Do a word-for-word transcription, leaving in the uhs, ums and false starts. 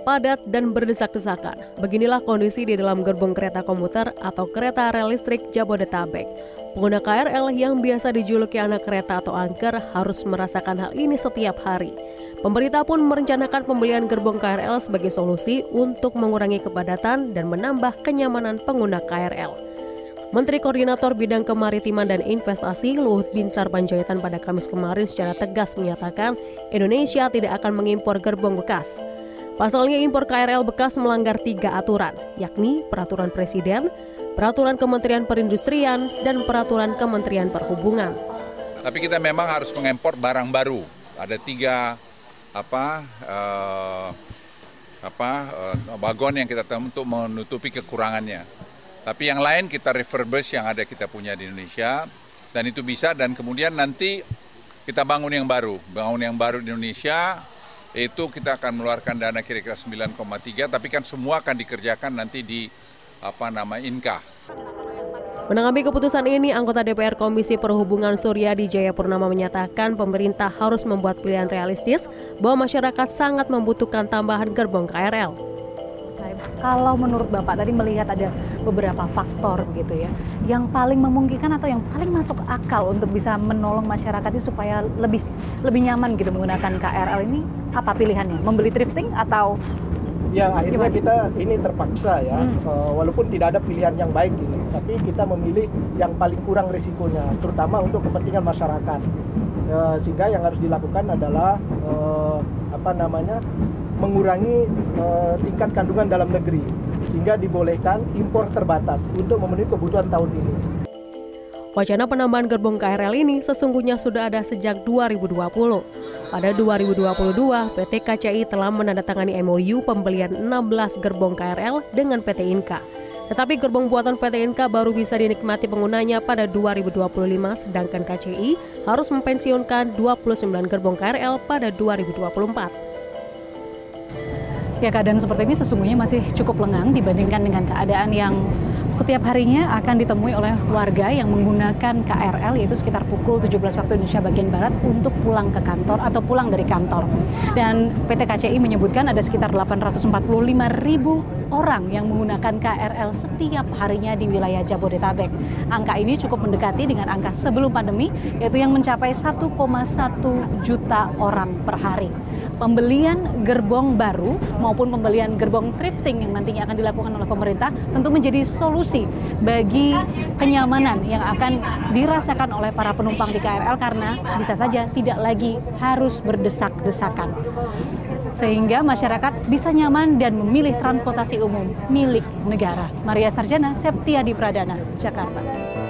padat dan berdesak-desakan. Beginilah kondisi di dalam gerbong kereta komuter atau kereta rel listrik Jabodetabek. Pengguna K R L yang biasa dijuluki anak kereta atau angker harus merasakan hal ini setiap hari. Pemerintah pun merencanakan pembelian gerbong K R L sebagai solusi untuk mengurangi kepadatan dan menambah kenyamanan pengguna K R L. Menteri Koordinator Bidang Kemaritiman dan Investasi Luhut Binsar Panjaitan pada Kamis kemarin secara tegas menyatakan Indonesia tidak akan mengimpor gerbong bekas. Pasalnya impor K R L bekas melanggar tiga aturan, yakni Peraturan Presiden, Peraturan Kementerian Perindustrian, dan Peraturan Kementerian Perhubungan. Tapi kita memang harus mengimpor barang baru. Ada tiga apa uh, apa uh, wagon yang kita temukan untuk menutupi kekurangannya. Tapi yang lain kita refurbish yang ada kita punya di Indonesia, dan itu bisa, dan kemudian nanti kita bangun yang baru. Bangun yang baru di Indonesia, itu kita akan mengeluarkan dana kira-kira sembilan koma tiga, tapi kan semua akan dikerjakan nanti di apa nama Inka. Menanggapi keputusan ini, anggota D P R Komisi Perhubungan Suryadi Jayapurnama menyatakan pemerintah harus membuat pilihan realistis bahwa masyarakat sangat membutuhkan tambahan gerbong K R L. Kalau menurut Bapak tadi melihat ada beberapa faktor gitu ya, yang paling memungkinkan atau yang paling masuk akal untuk bisa menolong masyarakat ini supaya lebih lebih nyaman gitu menggunakan K R L ini, apa pilihannya? Membeli thrifting atau yang akhirnya kita ini terpaksa ya, hmm. uh, walaupun tidak ada pilihan yang baik ini, tapi kita memilih yang paling kurang risikonya, terutama untuk kepentingan masyarakat. Uh, sehingga yang harus dilakukan adalah uh, apa namanya? mengurangi uh, tingkat kandungan dalam negeri, sehingga dibolehkan impor terbatas untuk memenuhi kebutuhan tahun ini. Wacana penambahan gerbong K R L ini sesungguhnya sudah ada sejak dua ribu dua puluh. Pada dua ribu dua puluh dua, P T K C I telah menandatangani M O U pembelian enam belas gerbong K R L dengan P T Inka. Tetapi gerbong buatan P T Inka baru bisa dinikmati penggunanya pada dua ribu dua puluh lima, sedangkan K C I harus mempensiunkan dua puluh sembilan gerbong K R L pada dua ribu dua puluh empat. Ya, keadaan seperti ini sesungguhnya masih cukup lengang dibandingkan dengan keadaan yang setiap harinya akan ditemui oleh warga yang menggunakan K R L, yaitu sekitar pukul tujuh belas waktu Indonesia bagian Barat untuk pulang ke kantor atau pulang dari kantor. Dan P T K C I menyebutkan ada sekitar delapan ratus empat puluh lima ribu orang yang menggunakan K R L setiap harinya di wilayah Jabodetabek. Angka ini cukup mendekati dengan angka sebelum pandemi, yaitu yang mencapai satu koma satu juta orang per hari. Pembelian gerbong baru maupun pembelian gerbong thrifting yang nantinya akan dilakukan oleh pemerintah tentu menjadi solusi bagi kenyamanan yang akan dirasakan oleh para penumpang di K R L, karena bisa saja tidak lagi harus berdesak-desakan. Sehingga masyarakat bisa nyaman dan memilih transportasi umum milik negara. Maria Sarjana, Septiadi Pradana, Jakarta.